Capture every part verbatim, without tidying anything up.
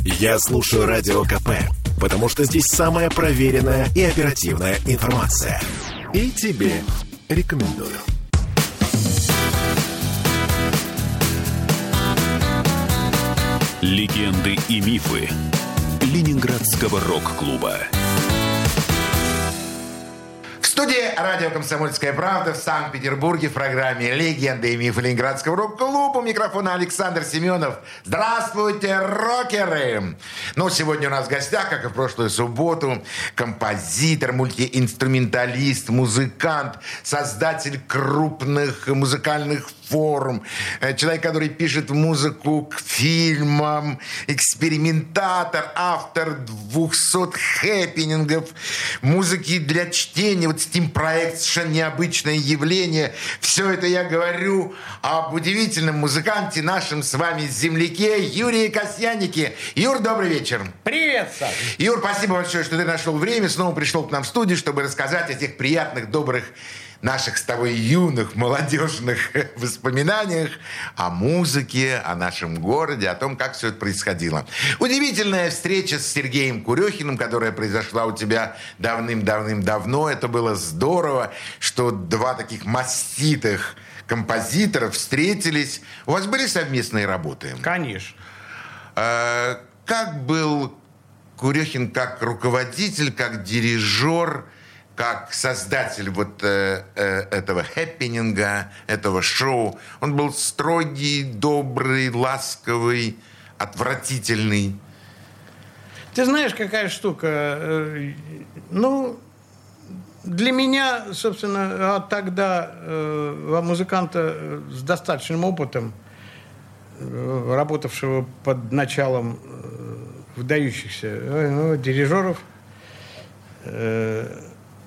Я слушаю Радио КП, потому что здесь самая проверенная и оперативная информация. И тебе рекомендую. Легенды и мифы Ленинградского рок-клуба. В студии радио «Комсомольская правда» в Санкт-Петербурге в программе «Легенды и мифы Ленинградского рок-клуба». У микрофона Александр Семенов. Здравствуйте, рокеры! Ну, сегодня у нас в гостях, как и в прошлую субботу, композитор, мультиинструменталист, музыкант, создатель крупных музыкальных форм, человек, который пишет музыку к фильмам, экспериментатор, автор двухсот хэппинингов, музыки для чтения, вот Steam-проект, совершенно необычное явление. Все это я говорю об удивительном музыканте, нашем с вами земляке Юрии Касьяннике. Юр, добрый вечер. Привет, Саш. Юр, спасибо большое, что ты нашел время, снова пришел к нам в студию, чтобы рассказать о тех приятных, добрых наших с тобой юных, молодежных воспоминаниях о музыке, о нашем городе, о том, как все это происходило. Удивительная встреча с Сергеем Курехиным, которая произошла у тебя давным-давным-давно. Это было здорово, что два таких маститых композитора встретились. У вас были совместные работы? Конечно. А, как был Курехин как руководитель, как дирижер, как создатель вот э, э, этого хэппининга, этого шоу? Он был строгий, добрый, ласковый, отвратительный. Ты знаешь, какая штука? Ну, для меня, собственно, тогда э, музыканта с достаточным опытом, э, работавшего под началом э, выдающихся э, дирижеров, э,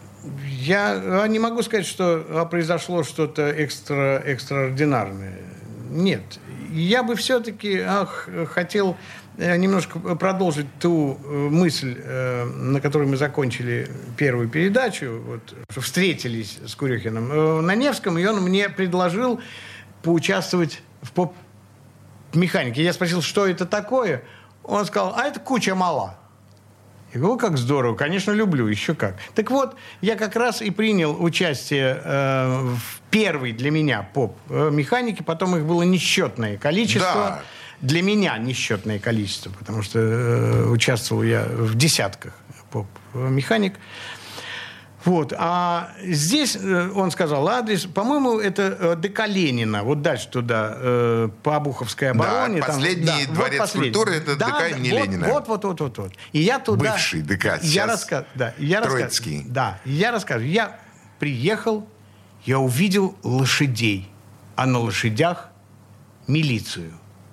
я не могу сказать, что произошло что-то экстра, экстраординарное. Нет. Я бы все-таки ах, хотел немножко продолжить ту мысль, на которой мы закончили первую передачу. Вот, встретились с Курехиным на Невском, и он мне предложил поучаствовать в поп-механике. Я спросил, что это такое. Он сказал, а это куча мала. Я говорю, как здорово, конечно, люблю, еще как. Так вот, я как раз и принял участие э, в первой для меня поп-механике, потом их было несчетное количество. Да. Для меня несчетное количество, потому что э, участвовал я в десятках поп-механик. Вот. А здесь э, он сказал адрес, по-моему, это э, ДК Ленина, вот дальше туда, э, по Обуховской обороне. Да, там, последний да, дворец вот культуры, это да, ДК имени вот, Ленина. Вот, вот, вот, вот, вот. И я туда... Бывший ДК, я сейчас раска... да, я Троицкий. Раска... Да, я расскажу. Я приехал, я увидел лошадей, а на лошадях милицию.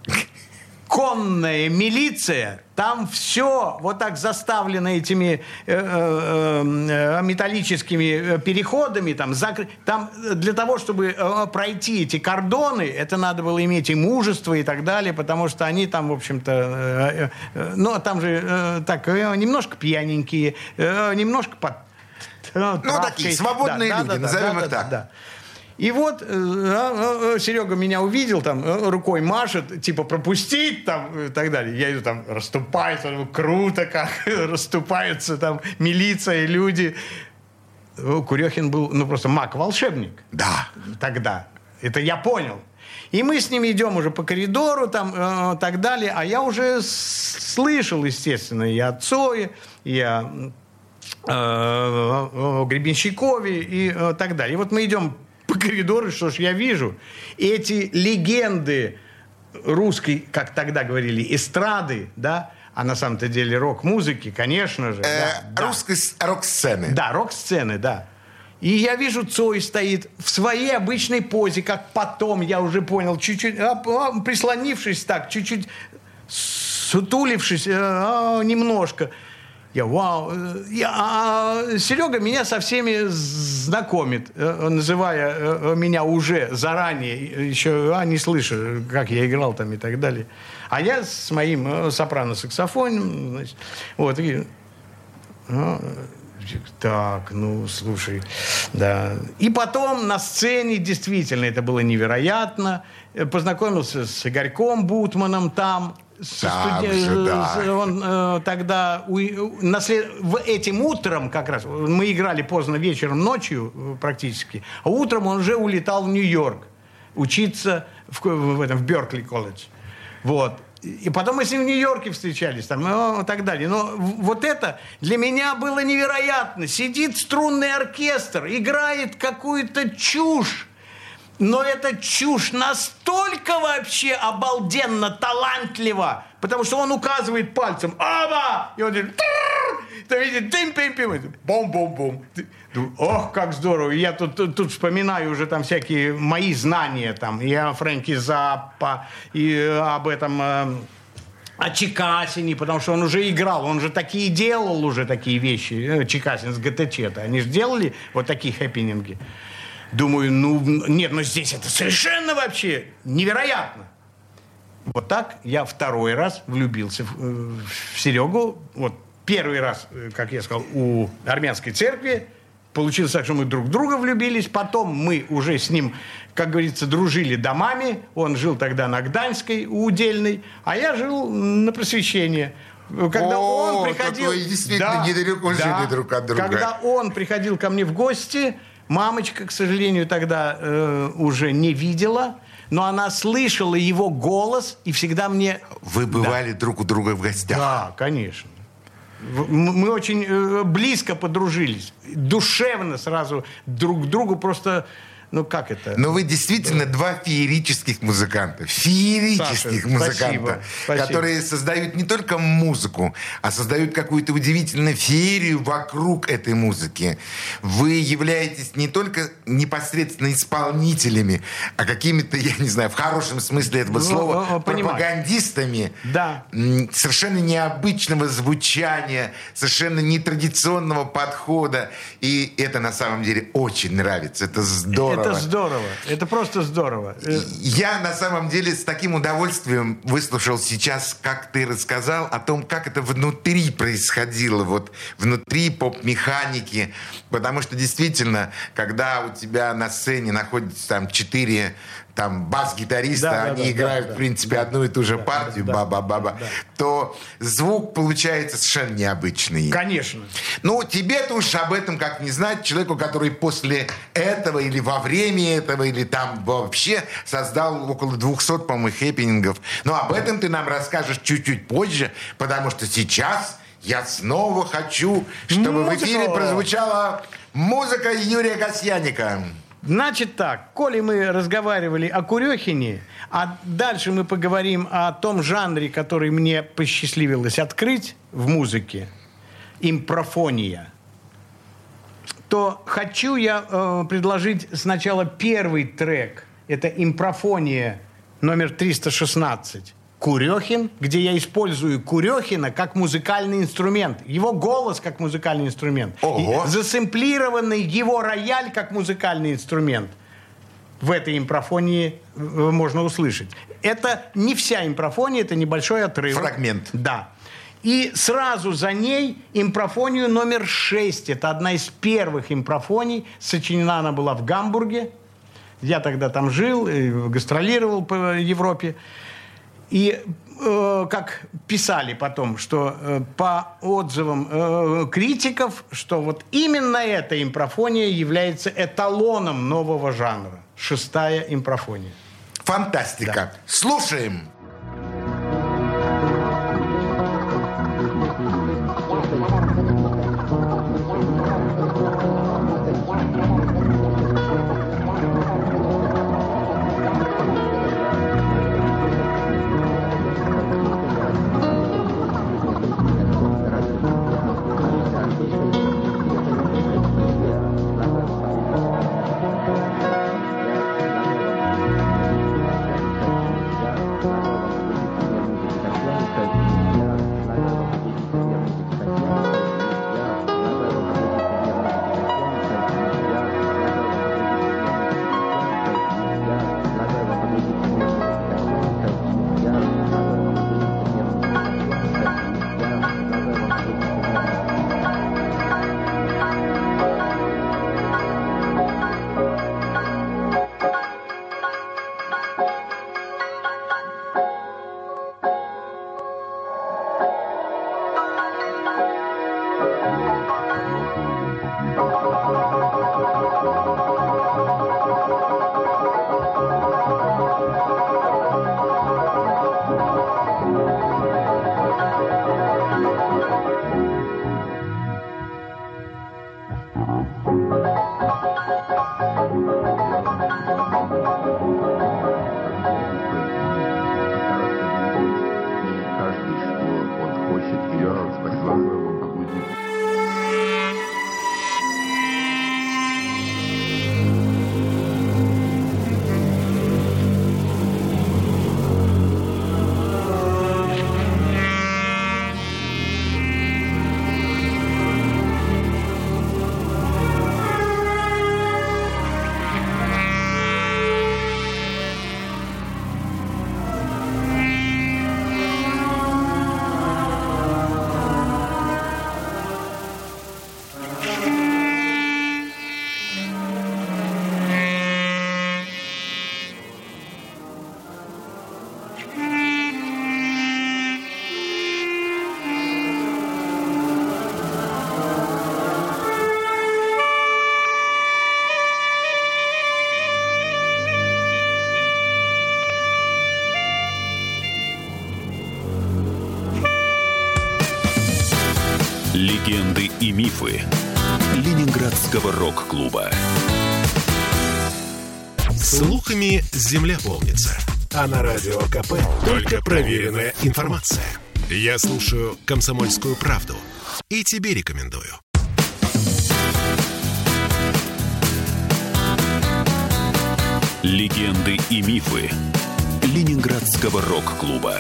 Конная милиция, там все вот так заставлено этими э, э, э, металлическими переходами. Там, закр... там для того, чтобы э, пройти эти кордоны, это надо было иметь и мужество и так далее, потому что они там, в общем-то, э, э, ну, там же э, так, э, немножко пьяненькие, э, немножко под... Э, ну, такие свободные да, люди, да, назовем да, их да, так. Да, да. И вот э, э, Серега меня увидел, там, э, рукой машет, типа, пропустить, там, и так далее. Я иду, там, расступаюсь, круто как, расступаются, там, милиция, люди. Курехин был, ну, просто маг-волшебник. Да. Тогда. Это я понял. И мы с ним идем уже по коридору, там, э, так далее. А я уже слышал, естественно, и о Цое, и о, э, о Гребенщикове, и э, так далее. И вот мы идем по коридору, что ж я вижу? Эти легенды русской, как тогда говорили, эстрады, да, а на самом-то деле рок-музыки, конечно же. Э, да, русской да. рок-сцены. Да, рок-сцены, да. И я вижу, Цой стоит в своей обычной позе, как потом, я уже понял, чуть-чуть, а, а, прислонившись так, чуть-чуть сутулившись, а, немножко. Я, вау. Я, а Серега меня со всеми знакомит, называя меня уже заранее, еще а, не слыша, как я играл там и так далее. А я с моим сопрано-саксофоном, значит, вот, и, а, так, ну, слушай, да. И потом на сцене, действительно, это было невероятно. Познакомился с Игорьком Бутманом там. Так студи- же, да. с- он э, тогда у- на след- в- этим утром как раз мы играли поздно вечером, ночью э, практически, а утром он уже улетал в Нью-Йорк учиться в, ко- в этом в Беркли колледж. Вот. И потом мы с ним в Нью-Йорке встречались, там, ну, и так далее. Но в- вот это для меня было невероятно. Сидит струнный оркестр, играет какую-то чушь. Но эта чушь настолько вообще обалденно талантлива, потому что он указывает пальцем «Аба!» И он говорит «Трррр!» То видит «Дым-пим-пим!» Бум-бум-бум. Ох, как здорово. Я тут, тут, тут вспоминаю уже там всякие мои знания там, и о Фрэнки Заппа, и об этом... э, о Чикасине, потому что он уже играл, он же такие делал уже такие вещи. э, Чикасин с ГТЧ-то. Они же делали вот такие хэппининги. Думаю, ну, нет, ну здесь это совершенно вообще невероятно. Вот так я второй раз влюбился в, э, в Серегу. Вот первый раз, э, как я сказал, у армянской церкви. Получилось так, что мы друг в друга влюбились. Потом мы уже с ним, как говорится, дружили домами. Он жил тогда на Гданьской, у Удельной, а я жил на Просвещении. Когда О, он так приходил... вы действительно недалеко жили друг от друга. Когда он приходил ко мне в гости, мамочка, к сожалению, тогда э, уже не видела, но она слышала его голос и всегда мне... Вы бывали друг у друга в гостях? Да, конечно. В- м- Мы очень э, близко подружились. Душевно сразу друг к другу просто... Ну, как это? Но вы действительно два феерических музыканта. Феерических Саша, музыканта. спасибо, спасибо. Которые создают не только музыку, а создают какую-то удивительную феерию вокруг этой музыки. Вы являетесь не только непосредственно исполнителями, а какими-то, я не знаю, в хорошем смысле этого Ну, слова, э, понимаю. пропагандистами Да. м, совершенно необычного звучания, совершенно нетрадиционного подхода. И это на самом деле очень нравится. Это здорово. Это здорово. Это просто здорово. Э, Я на самом деле с таким удовольствием выслушал сейчас, как ты рассказал о том, как это внутри происходило, вот внутри поп-механики, потому что действительно, когда у тебя на сцене находится там четыре там бас-гитариста, Да, да, они да, играют, да, в принципе, да, одну и ту же да, партию, да, ба-ба-ба-ба, да. то звук получается совершенно необычный. Конечно. Ну, тебе-то уж об этом как не знать, человеку, который после этого или во время этого, или там вообще создал около двухсот, по-моему, хэппинингов. Но об этом ты нам расскажешь чуть-чуть позже, потому что сейчас я снова хочу, чтобы в Музыка! эфире прозвучала музыка Юрия Касьяника. Значит так, коли мы разговаривали о Курехине, а дальше мы поговорим о том жанре, который мне посчастливилось открыть в музыке, импрофония, то хочу я э, предложить сначала первый трек. Это импрофония номер триста шестнадцать. Курехин, где я использую Курехина как музыкальный инструмент. Его голос как музыкальный инструмент. Ого. И засэмплированный его рояль как музыкальный инструмент. В этой импрофонии э, можно услышать. Это не вся импрофония, это небольшой отрывок. Фрагмент. Да. И сразу за ней импрофонию номер шесть. Это одна из первых импрофоний. Сочинена она была в Гамбурге. Я тогда там жил, э, гастролировал по Европе. И э, как писали потом, что э, по отзывам э, критиков, что вот именно эта импрофония является эталоном нового жанра. Шестая импрофония. Фантастика. Слушаем. Thank you. Я спасибо вам поклонник. Легенды и мифы Ленинградского рок-клуба. Слухами земля полнится. А на Радио КП только проверенная информация. Я слушаю «Комсомольскую правду» и тебе рекомендую. Легенды и мифы Ленинградского рок-клуба.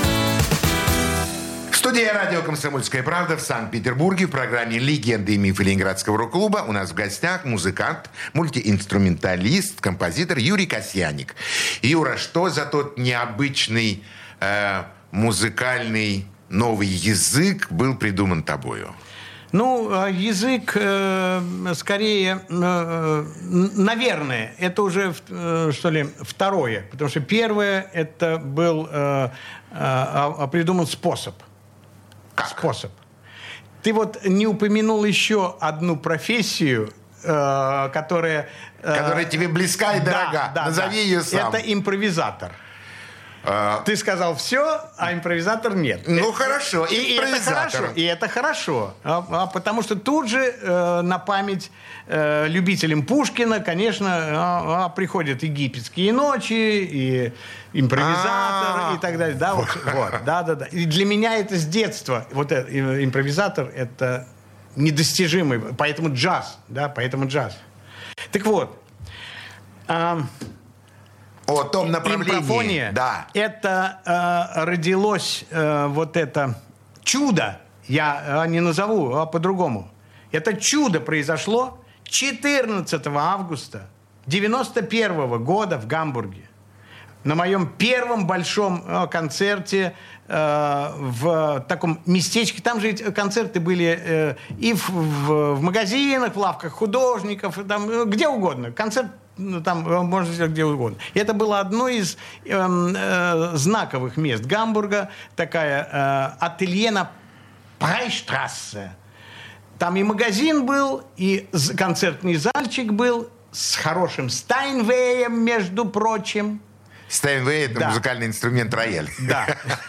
Студия радио «Комсомольская правда» в Санкт-Петербурге в программе «Легенды и мифы Ленинградского рок-клуба». У нас в гостях музыкант, мультиинструменталист, композитор Юрий Касьяник. Юра, что за тот необычный э, музыкальный новый язык был придуман тобою? Ну, язык, э, скорее, э, наверное, это уже, э, что ли, второе. Потому что первое, это был э, э, придуман способ. Как? Способ. Ты вот не упомянул еще одну профессию, э, которая... Э, Которая тебе близка и дорога. Да, да, Назови да. ее сам. Это импровизатор. А... Ты сказал все, а импровизатор нет. Ну, это, хорошо, и, и это хорошо. И это хорошо. А, а, потому что тут же э, на память э, любителям Пушкина, конечно, а, а, приходят египетские ночи, и импровизатор, А-а-а. и так далее. Да, вот, вот, да, да, да. И для меня это с детства. Вот это, импровизатор — это недостижимый. Поэтому джаз, да, поэтому джаз. Так вот. А, О том направлении. Да. Это э, родилось э, вот это чудо, я э, не назову, а по-другому. Это чудо произошло четырнадцатого августа девяносто первого года в Гамбурге. На моем первом большом э, концерте э, в таком местечке. Там же концерты были э, и в, в, в магазинах, в лавках художников, там, где угодно. Концерт ну, там можно сделать где угодно. И это было одно из э, э, знаковых мест Гамбурга, такая э, ателье на Прайштрассе. Там и магазин был, и концертный зальчик был с хорошим Стайнвеем, между прочим. Стайнвей — это да. музыкальный инструмент рояль. Да.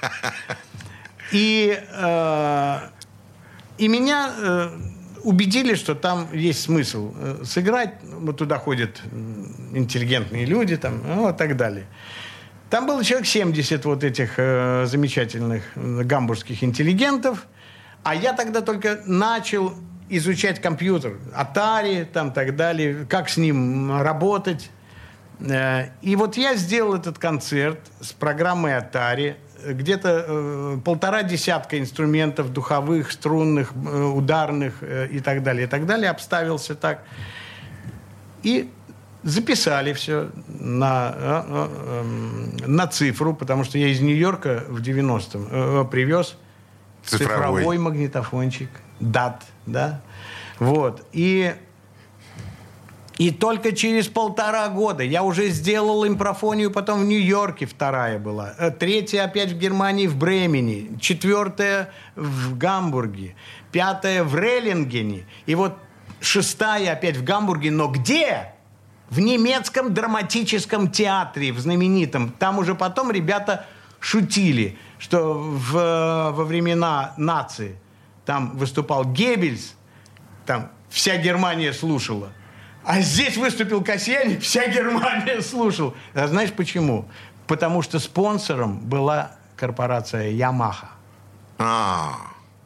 И, э, и меня... Э, убедили, что там есть смысл э, сыграть. Вот туда ходят интеллигентные люди там, ну, и так далее. Там было человек семьдесят вот этих э, замечательных э, гамбургских интеллигентов. А я тогда только начал изучать компьютер. Atari, там, так далее. Как с ним работать. Э, и вот я сделал этот концерт с программой Atari. Где-то э, полтора десятка инструментов духовых, струнных, э, ударных э, и так далее, и так далее. Обставился так. И записали все на, э, э, на цифру, потому что я из Нью-Йорка в девяностом э, привез цифровой. цифровой магнитофончик. дат, да? Вот. И... И только через полтора года я уже сделал импрофонию, потом в Нью-Йорке вторая была, третья опять в Германии, в Бремене, четвертая в Гамбурге, пятая в Реллингене, и вот шестая опять в Гамбурге. Но где? В немецком драматическом театре, в знаменитом. Там уже потом ребята шутили, что в, во времена нации там выступал Геббельс, там вся Германия слушала. А здесь выступил Касьяник, вся Германия слушала. А знаешь почему? Потому что спонсором была корпорация Yamaha. А.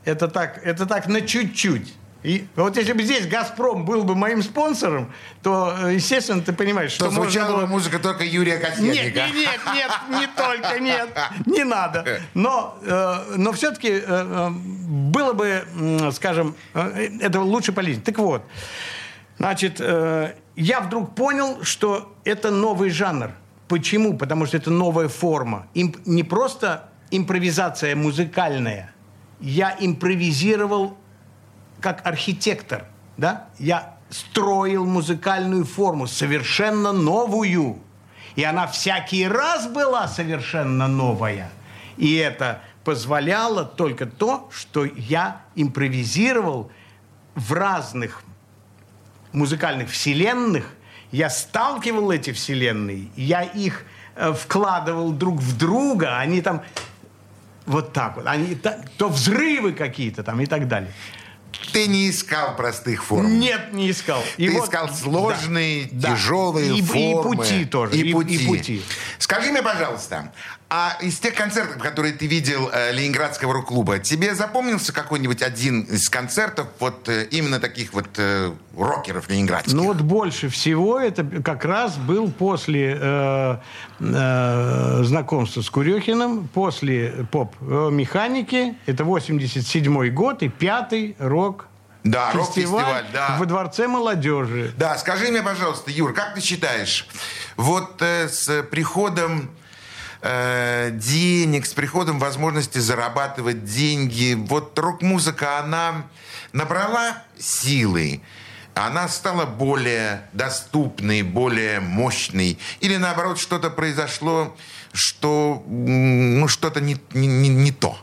Это так, это так на чуть-чуть. И вот если бы здесь «Газпром» был бы моим спонсором, то, естественно, ты понимаешь, что, что звучала было... бы музыка только Юрия Касьяника. Нет, нет, нет, нет, не только, нет, не надо. Но, э, но все-таки э, было бы, э, скажем, э, это лучше полезно. Так вот, значит, э, я вдруг понял, что это новый жанр. Почему? Потому что это новая форма. Им, не просто импровизация музыкальная. Я импровизировал как архитектор, да? Я строил музыкальную форму, совершенно новую. И она всякий раз была совершенно новая. И это позволяло только то, что я импровизировал в разных музыкальных вселенных. Я сталкивал эти вселенные, я их э, вкладывал друг в друга, они там вот так вот, они, та, то взрывы какие-то там и так далее. Ты не искал простых форм. Нет, не искал. И Ты вот, искал сложные, да, тяжелые и, формы. И пути тоже. И, и, пути. и пути. Скажи мне, пожалуйста, а из тех концертов, которые ты видел э, Ленинградского рок-клуба, тебе запомнился какой-нибудь один из концертов вот э, именно таких вот э, рокеров ленинградских? Ну вот больше всего это как раз был после э, э, знакомства с Курехиным, после поп-механики. Это восемьдесят седьмой год и пятый рок Да, фестиваль, рок-фестиваль, да. во Дворце молодежи. Да, скажи мне, пожалуйста, Юр, как ты считаешь, вот э, с приходом э, денег, с приходом возможности зарабатывать деньги, вот рок-музыка, она набрала силы, она стала более доступной, более мощной, или наоборот что-то произошло, что ну, что-то не, не, не то?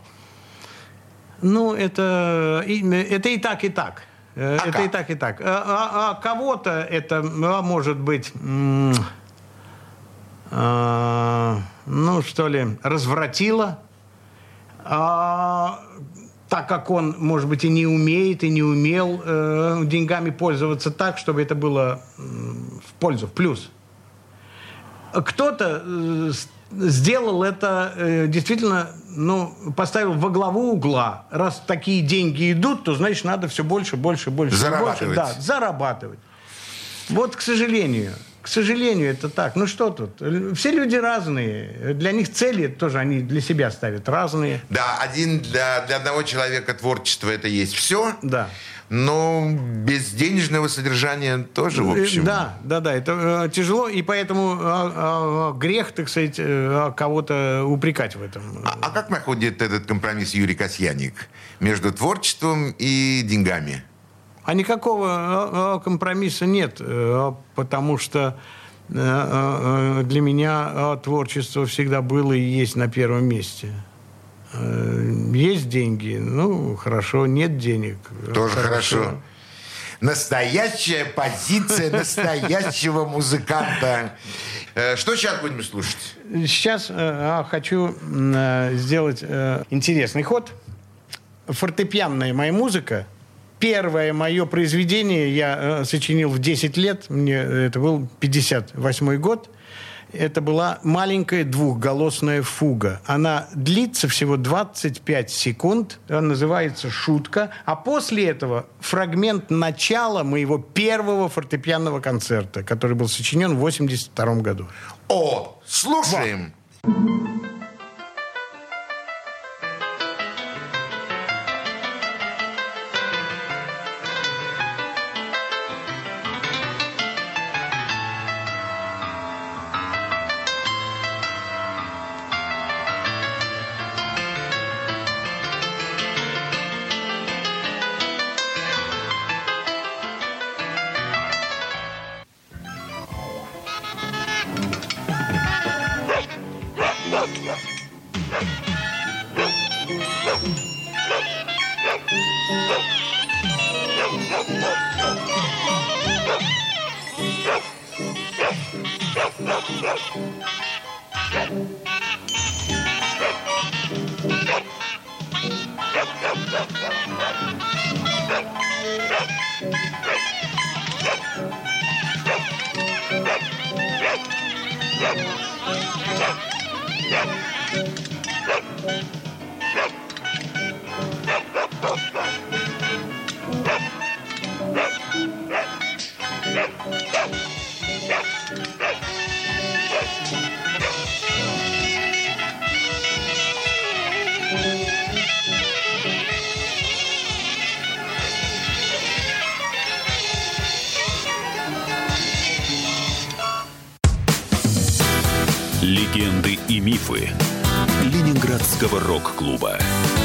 Ну, это, это и так, и так. А это как? и так, и так. А, а, а кого-то это, а, может быть, м- а, ну, что ли, развратило. А, так как он, может быть, и не умеет, и не умел э, деньгами пользоваться так, чтобы это было э, в пользу, в плюс. Кто-то э, сделал это э, действительно, ну, поставил во главу угла. Раз такие деньги идут, то, значит, надо все больше, больше, больше. Зарабатывать. Больше, да, зарабатывать. Вот, к сожалению, к сожалению, это так. Ну, что тут? Все люди разные. Для них цели тоже они для себя ставят разные. Да, один для, для одного человека творчество это есть все. Да. Но без денежного содержания тоже, в общем. Да, да, да, это э, тяжело, и поэтому э, э, грех, так сказать, э, кого-то упрекать в этом. А, а как находит этот компромисс Юрий Касьяник между творчеством и деньгами? А никакого э, э, компромисса нет, э, потому что э, э, для меня э, творчество всегда было и есть на первом месте. Есть деньги, ну, хорошо, нет денег. Тоже хорошо. хорошо. Настоящая позиция настоящего музыканта. Что сейчас будем слушать? Сейчас э, хочу э, сделать э, интересный ход. Фортепианная моя музыка. Первое мое произведение я э, сочинил в десять лет. Мне это был пятьдесят восьмой год. Это была маленькая двухголосная фуга. Она длится всего двадцать пять секунд. Она называется «Шутка». А после этого фрагмент начала моего первого фортепианного концерта, который был сочинен в восемьдесят втором году. О, слушаем! Легенды и мифы Ленинградского рок-клуба.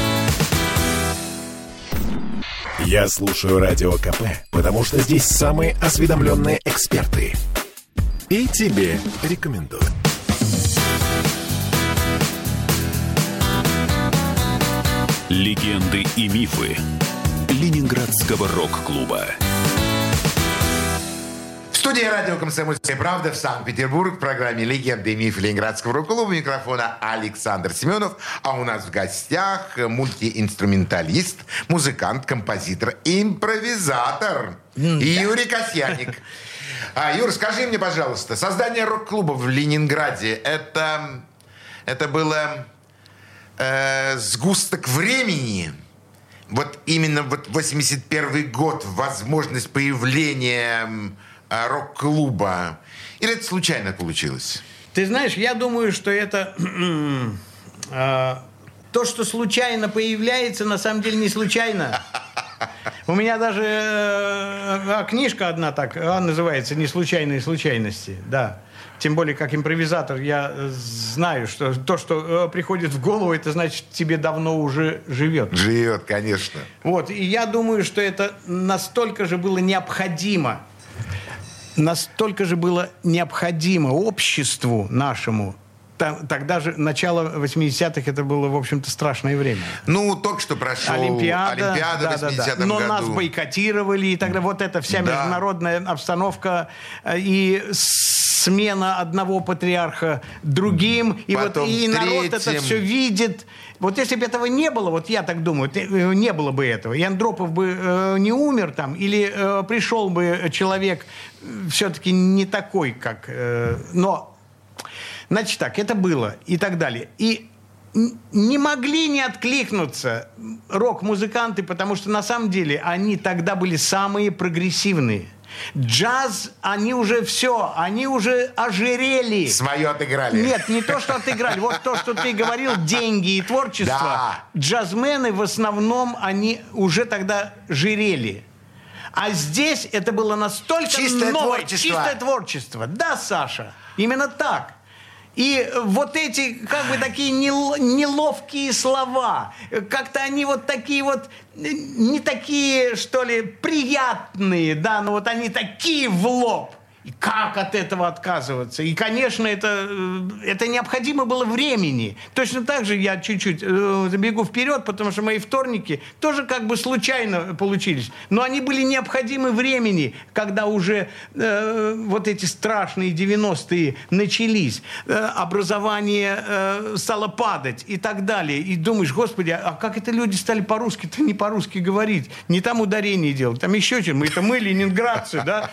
Я слушаю Радио КП, потому что здесь самые осведомленные эксперты. И тебе рекомендую. Легенды и мифы Ленинградского рок-клуба. В студии радио «Комсомольская правда» в Санкт-Петербург в программе «Легенды и мифы Ленинградского рок-клуба». У микрофона Александр Семенов. А у нас в гостях мультиинструменталист, музыкант, композитор, импровизатор Юрий Касьяник. А, Юр, скажи мне, пожалуйста, создание рок-клуба в Ленинграде, это, это было э, сгусток времени? Вот именно вот восемьдесят первый год, возможность появления э, рок-клуба? Или это случайно получилось? Ты знаешь, я думаю, что это... э, то, что случайно появляется, на самом деле не случайно. У меня даже э, книжка одна так называется «Неслучайные случайности». Да. Тем более, как импровизатор, я знаю, что то, что э, приходит в голову, это значит, тебе давно уже живет. Живет, конечно. Вот. И я думаю, что это настолько же было необходимо, настолько же было необходимо обществу нашему. Тогда же, начало восьмидесятых, это было, в общем-то, страшное время. Ну, только что прошел Олимпиада, Олимпиада да, в восьмидесятом да, да. Но году. нас бойкотировали, и тогда вот эта вся Да. международная обстановка и смена одного патриарха другим, и, вот, Потом и народ это третьим. все видит. Вот если бы этого не было, вот я так думаю, не было бы этого, и Андропов бы э, не умер там, или э, пришел бы человек э, все-таки не такой, как... Э, но... Значит так, это было и так далее. И не могли не откликнуться рок-музыканты, потому что на самом деле они тогда были самые прогрессивные. Джаз, они уже все, они уже ожирели. Свое отыграли. Нет, не то, что отыграли. Вот то, что ты говорил, деньги и творчество. Да. Джазмены в основном, они уже тогда жирели. А здесь это было настолько Чистое новое, творчество. чистое творчество. Да, Саша, именно так. И вот эти, как бы, такие нел- неловкие слова, как-то они вот такие вот, не такие, что ли, приятные, да, но вот они такие в лоб. И как от этого отказываться? И, конечно, это, это необходимо было времени. Точно так же я чуть-чуть э, забегу вперед, потому что мои вторники тоже как бы случайно получились. Но они были необходимы времени, когда уже э, вот эти страшные девяностые начались. Э, образование э, стало падать и так далее. И думаешь, господи, а как это люди стали по-русски-то не по-русски говорить? Не там ударение делать, там еще что-то. Мы это мы, ленинградцы, да?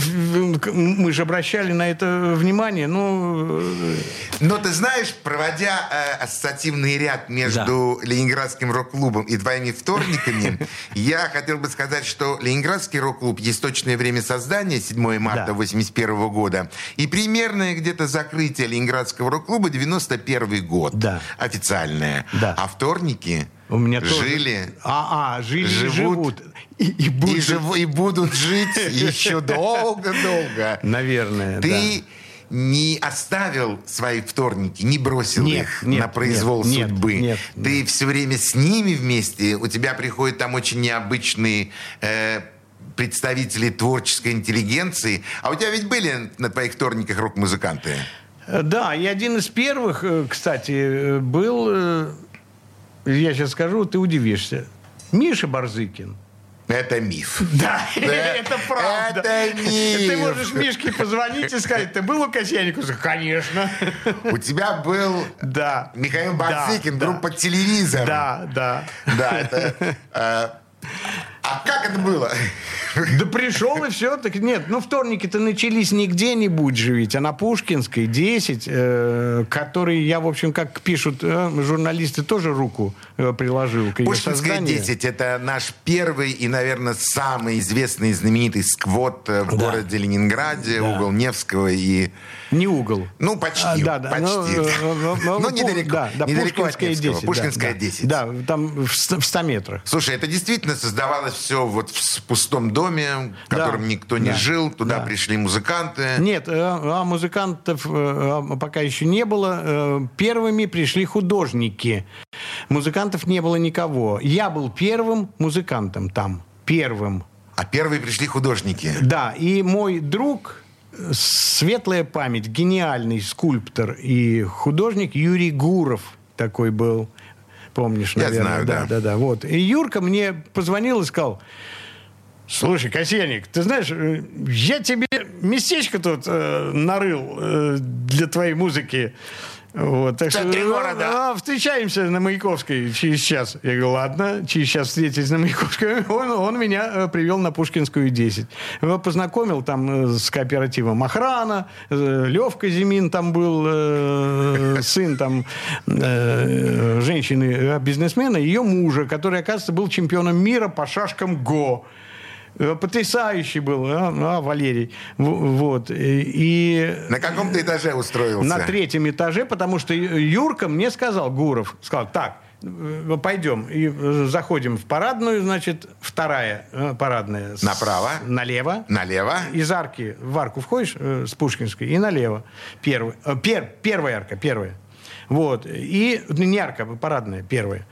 Мы же обращали на это внимание, ну... Но ты знаешь, проводя э, ассоциативный ряд между да. Ленинградским рок-клубом и твоими вторниками, я хотел бы сказать, что Ленинградский рок-клуб есть точное время создания, седьмое марта восемьдесят первого года, и примерное где-то закрытие Ленинградского рок-клуба девяносто первый год. Да. Официальное. Да. А вторники... У меня жили, тоже. А, а, жили живут, и живут. И, и, будут. И, жив, и будут жить еще долго-долго. Наверное, Ты да. не оставил свои вторники, не бросил нет, их нет, на произвол нет, судьбы. Нет, нет, Ты нет. все время с ними вместе. У тебя приходят там очень необычные... Э, представители творческой интеллигенции. А у тебя ведь были на твоих вторниках рок-музыканты? Да, и один из первых, кстати, был... Я сейчас скажу, ты удивишься. Миша Барзыкин. Это миф. Да, это правда. Это миф. Ты можешь Мишке позвонить и сказать, ты был у Касьяника? Конечно. У тебя был да. Михаил Барзыкин, да, группа да. «Телевизор». Да, да. Да, это... Э, а как это было? Да пришел и все. Так нет, ну вторники-то начались не где-нибудь же ведь, а на Пушкинской, десять, э, который я, в общем, как пишут э, журналисты, тоже руку э, приложил к ее Пушкинская созданию. десять – это наш первый и, наверное, самый известный и знаменитый сквот в Да. городе Ленинграде, Да. угол Невского и... Не угол. Ну, почти. А, да, да. почти. Ну, ну, ну, Ну, Пу- недалеко. Да, да, Недалеко от Пушкинская Невского. десять. Пушкинская да, десять. Да, да, там в ста в ста метрах. Слушай, это действительно создавалось все вот в пустом доме, в котором Да, никто не да, жил. Туда да. пришли музыканты. Нет, а музыкантов пока еще не было. Первыми пришли художники. Музыкантов не было никого. Я был первым музыкантом там. Первым. А первые пришли художники. Да, и мой друг, светлая память, гениальный скульптор и художник Юрий Гуров такой был. Помнишь, Я наверное? знаю, да. да, да, да. Вот. И Юрка мне позвонил и сказал: слушай, Касьяник, ты знаешь, я тебе местечко тут э, нарыл э, для твоей музыки. Вот, так В центре что, города. а, встречаемся на Маяковской через час. Я говорю, ладно, через час встретились на Маяковской. Он, он меня э, привел на Пушкинскую десять. Его познакомил там э, с кооперативом охрана. Э, Левка Зимин там был, э, сын там э, женщины, бизнесмена, ее мужа, который, оказывается, был чемпионом мира по шашкам ГО. Потрясающий был, а, а, Валерий. В- Вот. И На каком-то этаже устроился. на третьем этаже, потому что Юрка мне сказал, Гуров, сказал, так, э, пойдем. И э, заходим в парадную, значит, вторая э, парадная. с- Направо. Налево. Налево. Из арки в арку входишь э, с Пушкинской и налево. Первый, э, пер, первая арка, первая. Вот. И не арка, а парадная, первая.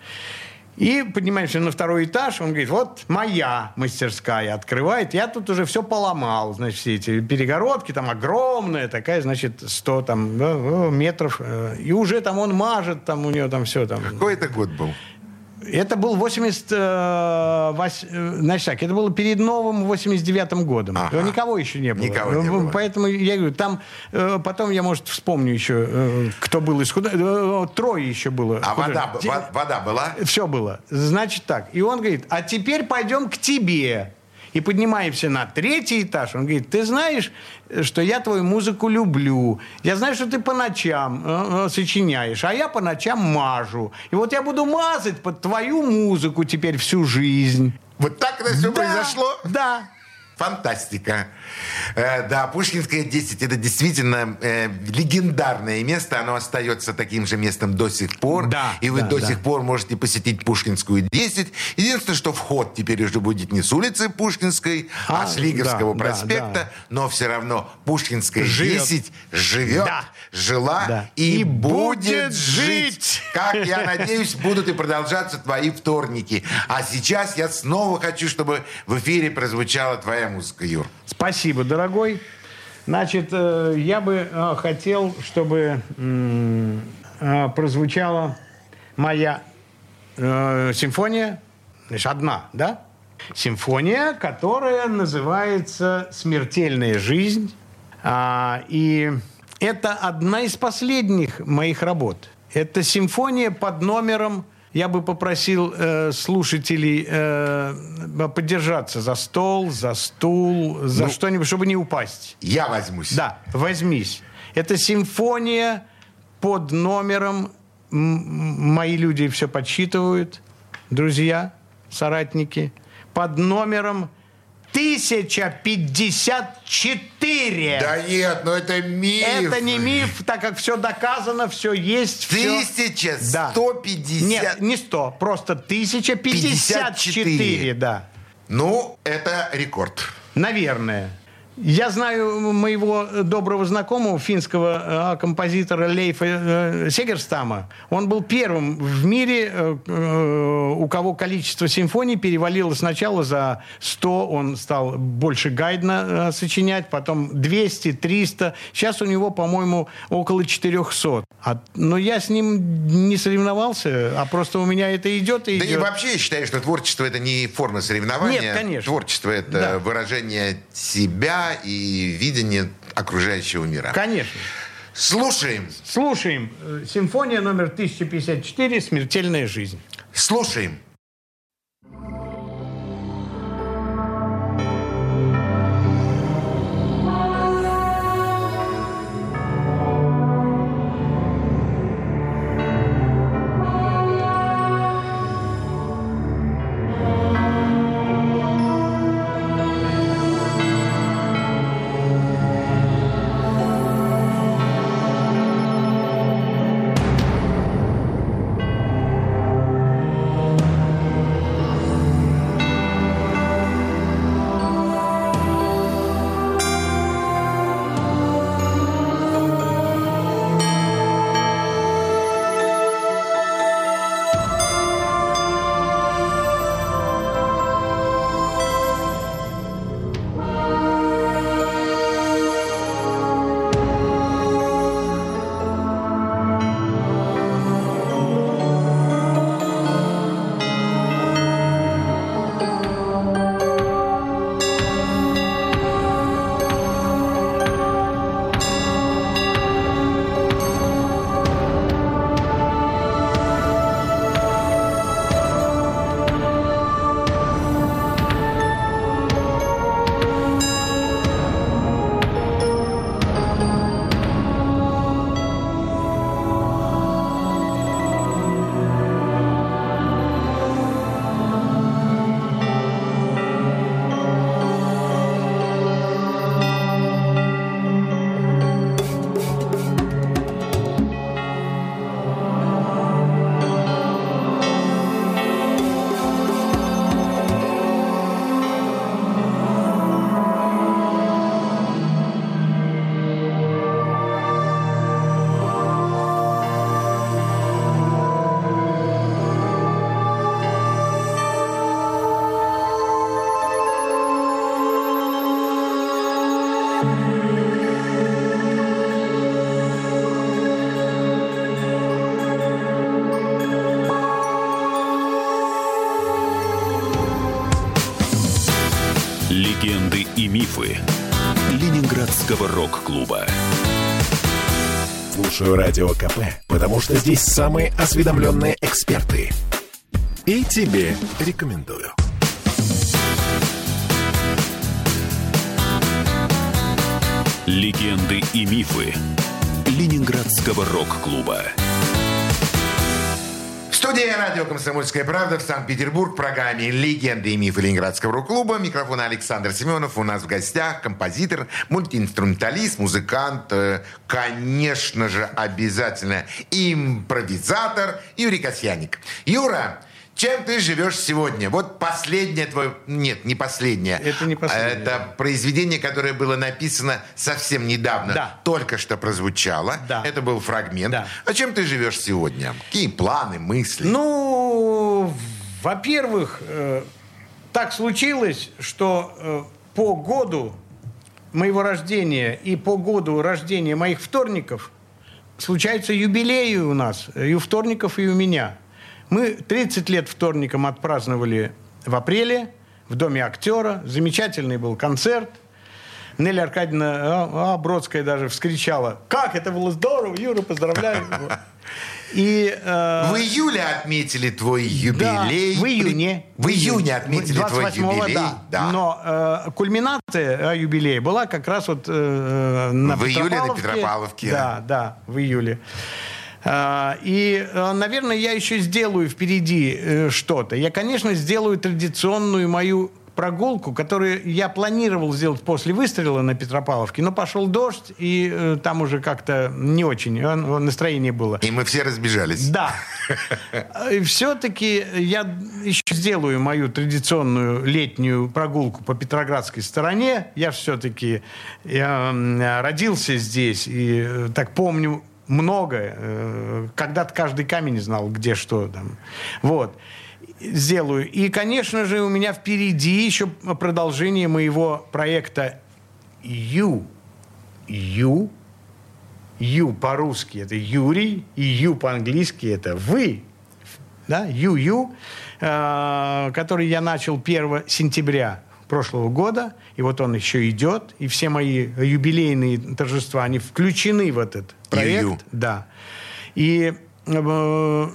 И поднимаемся на второй этаж, он говорит, вот моя мастерская открывает, я тут уже все поломал, значит, все эти перегородки, там огромная такая, значит, сто там, да, метров, э, и уже там он мажет, там у него там все там. Какой это год был? Это был восемьдесят восемь, значит так, это было перед новым восемьдесят девятым годом. Ага. Никого еще не было. Никого не было. Поэтому я говорю, там э, потом я, может, вспомню еще, э, кто был из художников. Трое еще было. А вода, художников. во- вода была? Все было. Значит так. И он говорит, а теперь пойдем к тебе. И поднимаемся на третий этаж. Он говорит, ты знаешь, что я твою музыку люблю. Я знаю, что ты по ночам э, э, сочиняешь, а я по ночам мажу. И вот я буду мазать под твою музыку теперь всю жизнь. Вот так это все Да, произошло? Да. Фантастика. Э, да, Пушкинская десять – это действительно э, легендарное место. Оно остается таким же местом до сих пор. Да, и вы да, до да. сих пор можете посетить Пушкинскую десять. Единственное, что вход теперь уже будет не с улицы Пушкинской, а, А, с Лиговского да, проспекта. да, да. Но все равно Пушкинская Живет. десять живет, Да. жила Да. и, И будет будет жить. жить. Как, я надеюсь, будут и продолжаться твои вторники. А сейчас я снова хочу, чтобы в эфире прозвучала твоя музыка, Юр. Спасибо, дорогой. Значит, э, я бы э, хотел, чтобы м, э, прозвучала моя э, симфония, значит, одна, да? Симфония, которая называется «Смертельная жизнь». А, и это одна из последних моих работ. Это симфония под номером... Я бы попросил э, слушателей э, подержаться за стол, за стул, за Ну, что-нибудь, чтобы не упасть. Я возьмусь. Да, возьмись. Это симфония под номером... М- мои люди все подсчитывают, друзья, соратники. Под номером тысяча пятьдесят четыре. Да нет, ну это миф. Это не миф, так как все доказано, все есть. всё. тысяча Да. сто пятьдесят. Нет, не сто, просто тысяча пятьдесят четыре, да. Ну, это рекорд. Наверное. Я знаю моего доброго знакомого, финского э, композитора Лейфа э, Сегерстама. Он был первым в мире, э, э, у кого количество симфоний перевалило сначала за сто. Он стал больше Гайдна э, сочинять, потом двести, триста. Сейчас у него, по-моему, около четыреста. А, но я с ним не соревновался, а просто у меня это идет и Да идет. и вообще я считаю, что творчество – это не форма соревнования. Нет, конечно. Творчество – это Да. выражение себя и видение окружающего мира. Конечно. Слушаем. Слушаем. Э, Симфония номер тысяча пятьдесят четыре «Смертельная жизнь». Слушаем. Thank Легенды и мифы Ленинградского рок-клуба. Слушаю Радио КП, потому что здесь самые осведомленные эксперты. И тебе рекомендую. Легенды и мифы Ленинградского рок-клуба. В студии радио «Комсомольская правда» в Санкт-Петербург в программе «Легенды и мифы Ленинградского рок-клуба». Микрофон Александр Семенов. У нас в гостях композитор, мультиинструменталист, музыкант, э, конечно же, обязательно импровизатор Юрий Касьяник. Юра, чем ты живешь сегодня? Вот последнее твое... Нет, не последнее. Это не последнее. Это произведение, которое было написано совсем недавно. Да. Только что прозвучало. Да. Это был фрагмент. Да. А чем ты живешь сегодня? Какие планы, мысли? Ну, во-первых, э, так случилось, что э, по году моего рождения и по году рождения моих вторников случаются юбилеи у нас, и у вторников, и у меня. Мы тридцать лет вторником отпраздновали в апреле в Доме актера. Замечательный был концерт. Нелли Аркадьевна а, а, Бродская даже вскричала: «Как это было здорово, Юра, поздравляю!» И, э, в июле отметили твой юбилей. Да, в июне. В июне отметили твой юбилей. Да. Да. Но э, кульминация юбилея была как раз вот э, на в июле на Петропавловке. Петропавловке. Да, да, в июле. И, наверное, я еще сделаю впереди что-то. Я, конечно, сделаю традиционную мою прогулку, которую я планировал сделать после выстрела на Петропавловке, но пошел дождь, и там уже как-то не очень настроение было. И мы все разбежались. Да. Все-таки я еще сделаю мою традиционную летнюю прогулку по Петроградской стороне. Я все-таки я родился здесь, и так помню много. Когда-то каждый камень знал, где что там. Вот. Сделаю. И, конечно же, у меня впереди еще продолжение моего проекта «Ю». «Ю». «Ю» по-русски — это Юрий, и «Ю» по-английски — это «вы». Да? «Ю-Ю», который я начал первого сентября прошлого года, и вот он еще идет, и все мои юбилейные торжества, они включены в этот проект. Ю-Ю. Да. И э,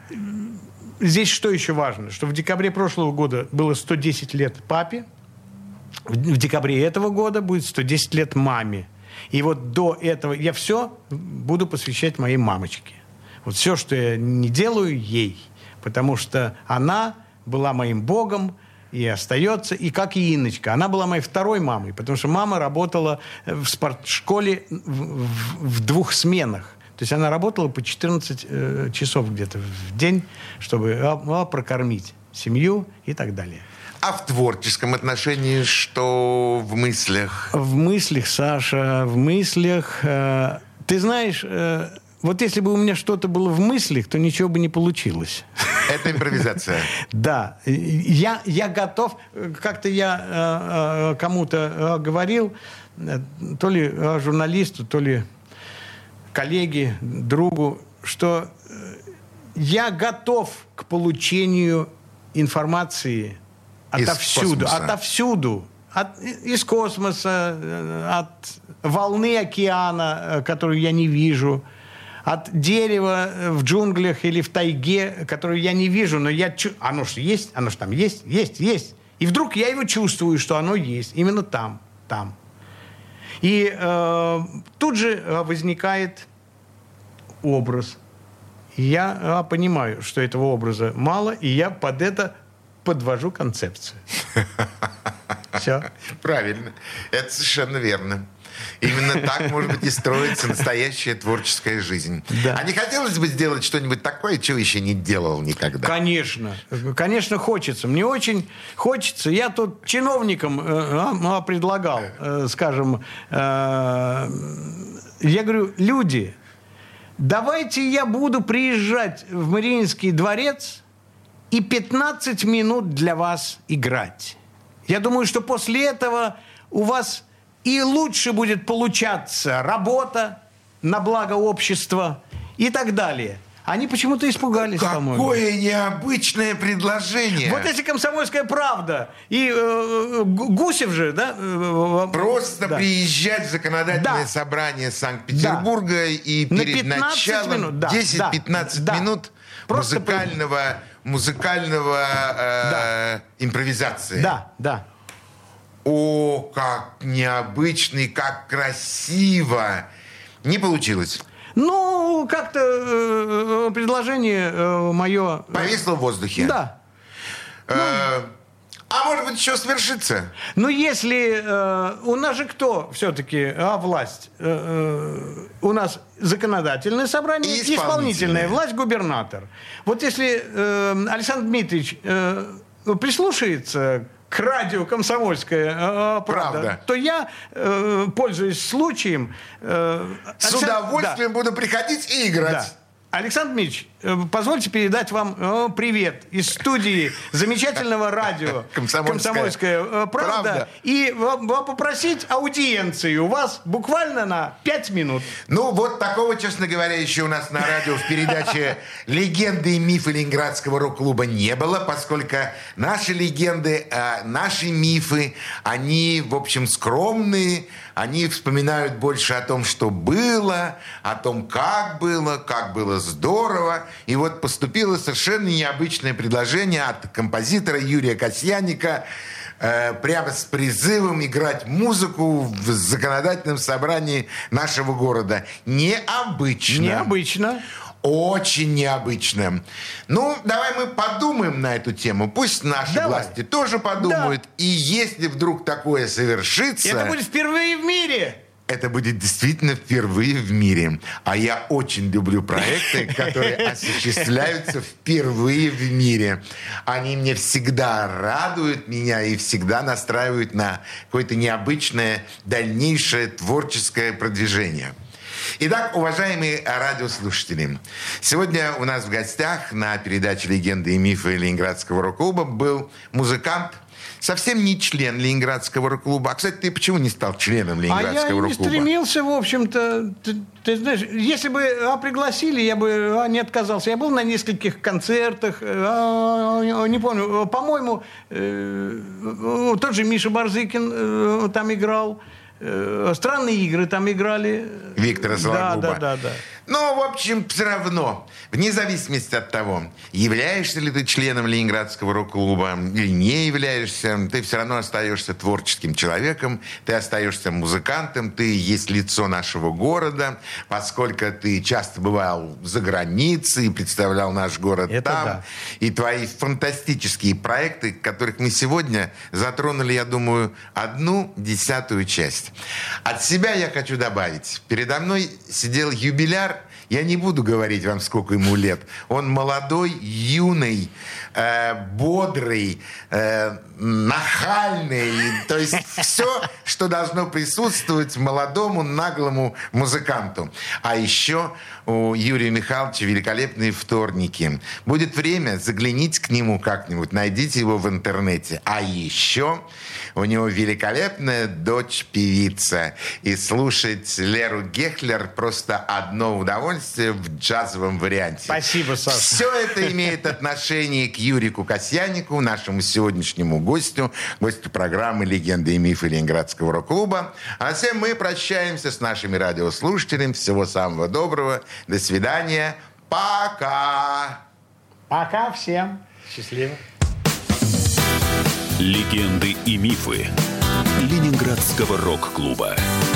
здесь что еще важно? Что в декабре прошлого года было сто десять лет папе, в декабре этого года будет сто десять лет маме. И вот до этого я все буду посвящать моей мамочке. Вот все, что я не делаю, ей. Потому что она была моим богом, и остается, и как и Инночка. Она была моей второй мамой, потому что мама работала в спортшколе в, в, в двух сменах. То есть она работала по четырнадцать э, часов где-то в день, чтобы э, прокормить семью и так далее. А в творческом отношении что в мыслях? В мыслях, Саша, в мыслях... Э, ты знаешь... Э, Вот если бы у меня что-то было в мыслях, то ничего бы не получилось. Это импровизация. Да. Я, я готов... Как-то я э, э, кому-то э, говорил, э, то ли э, журналисту, то ли коллеге, другу, что э, я готов к получению информации Из отовсюду. космоса. Отовсюду. От, из космоса, от волны океана, которую я не вижу, от дерева в джунглях или в тайге, которую я не вижу, но я чу... оно же есть, оно же там есть, есть, есть. И вдруг я его чувствую, что оно есть, именно там, там. И э, тут же возникает образ. И я э, понимаю, что этого образа мало, и я под это подвожу концепцию. Все. Правильно. Это совершенно верно. Именно так, может быть, и строится настоящая творческая жизнь. Да. А не хотелось бы сделать что-нибудь такое, чего еще не делал никогда? Конечно. Конечно, хочется. Мне очень хочется. Я тут чиновникам э, предлагал, э, скажем, э, я говорю, люди, давайте я буду приезжать в Мариинский дворец и пятнадцать минут для вас играть. Я думаю, что после этого у вас и лучше будет получаться работа на благо общества и так далее. Они почему-то испугались, по-моему. Какое необычное предложение. Вот если «Комсомольская правда» и э, Гусев же, да? Э, Просто да. приезжать в законодательное Да. собрание Санкт-Петербурга Да. и На перед началом минут, да, десять-пятнадцать да, минут да. музыкального, музыкального э, Да. импровизации. Да, да. О, как необычно и как красиво. Не получилось. Ну, как-то э, предложение э, мое... Повисло в воздухе. Да. Э, а может быть, еще свершится? Ну, если... Э, у нас же кто все-таки, а власть? Э, э, у нас законодательное собрание, И исполнительная. исполнительная власть, губернатор. Вот если э, Александр Дмитриевич э, прислушается к радио «Комсомольская э, правда», Правда. то я, э, пользуясь случаем... Э, С Александр- удовольствием буду приходить и играть. Да. Александр Дмитриевич, э, позвольте передать вам э, привет из студии замечательного радио «Комсомольская «Комсомольская э, правда». правда». И вам, вам попросить аудиенции у вас буквально на пять минут. Ну, вот такого, честно говоря, еще у нас на радио в передаче «Легенды и мифы Ленинградского рок-клуба» не было, поскольку наши легенды, э, наши мифы, они, в общем, скромные, они вспоминают больше о том, что было, о том, как было, как было здорово. И вот поступило совершенно необычное предложение от композитора Юрия Касьяника э, прямо с призывом играть музыку в законодательном собрании нашего города. Необычно. Необычно. Очень необычно. Ну, давай мы подумаем на эту тему. Пусть наши Давай. власти тоже подумают. Да. И если вдруг такое совершится... Это будет впервые в мире. Это будет действительно впервые в мире. А я очень люблю проекты, которые осуществляются впервые в мире. Они мне всегда радуют меня и всегда настраивают на какое-то необычное дальнейшее творческое продвижение. Итак, уважаемые радиослушатели, сегодня у нас в гостях на передаче «Легенды и мифы Ленинградского рок-клуба» был музыкант, совсем не член Ленинградского рок-клуба. А, кстати, ты почему не стал членом А я Ленинградского и не рок-клуба? стремился, в общем-то. Ты, ты знаешь, если бы а, пригласили, я бы а, не отказался. Я был на нескольких концертах, а, не помню, по-моему, э, тот же Миша Барзыкин э, там играл. Э, Странные игры там играли. Виктора Сологуба. Да, да, да, да. Но, в общем, все равно, вне зависимости от того, являешься ли ты членом Ленинградского рок-клуба или не являешься, ты все равно остаешься творческим человеком, ты остаешься музыкантом, ты есть лицо нашего города, поскольку ты часто бывал за границей, представлял наш город Это там. да. И твои фантастические проекты, которых мы сегодня затронули, я думаю, одну десятую часть. От себя я хочу добавить. Передо мной сидел юбиляр. Я не буду говорить вам, сколько ему лет. Он молодой, юный, э, бодрый, э, нахальный. То есть все, что должно присутствовать молодому, наглому музыканту. А еще у Юрия Михайловича великолепные вторники. Будет время, загляните к нему как-нибудь, найдите его в интернете. А еще у него великолепная дочь-певица. И слушать Леру Гехлер просто одно удовольствие в джазовом варианте. Спасибо, Саша. Все это имеет отношение к Юрику Касьянику, нашему сегодняшнему гостю, гостю программы «Легенды и мифы Ленинградского рок-клуба». А всем мы прощаемся с нашими радиослушателями. Всего самого доброго. До свидания. Пока. Пока всем. Счастливо. «Легенды и мифы Ленинградского рок-клуба».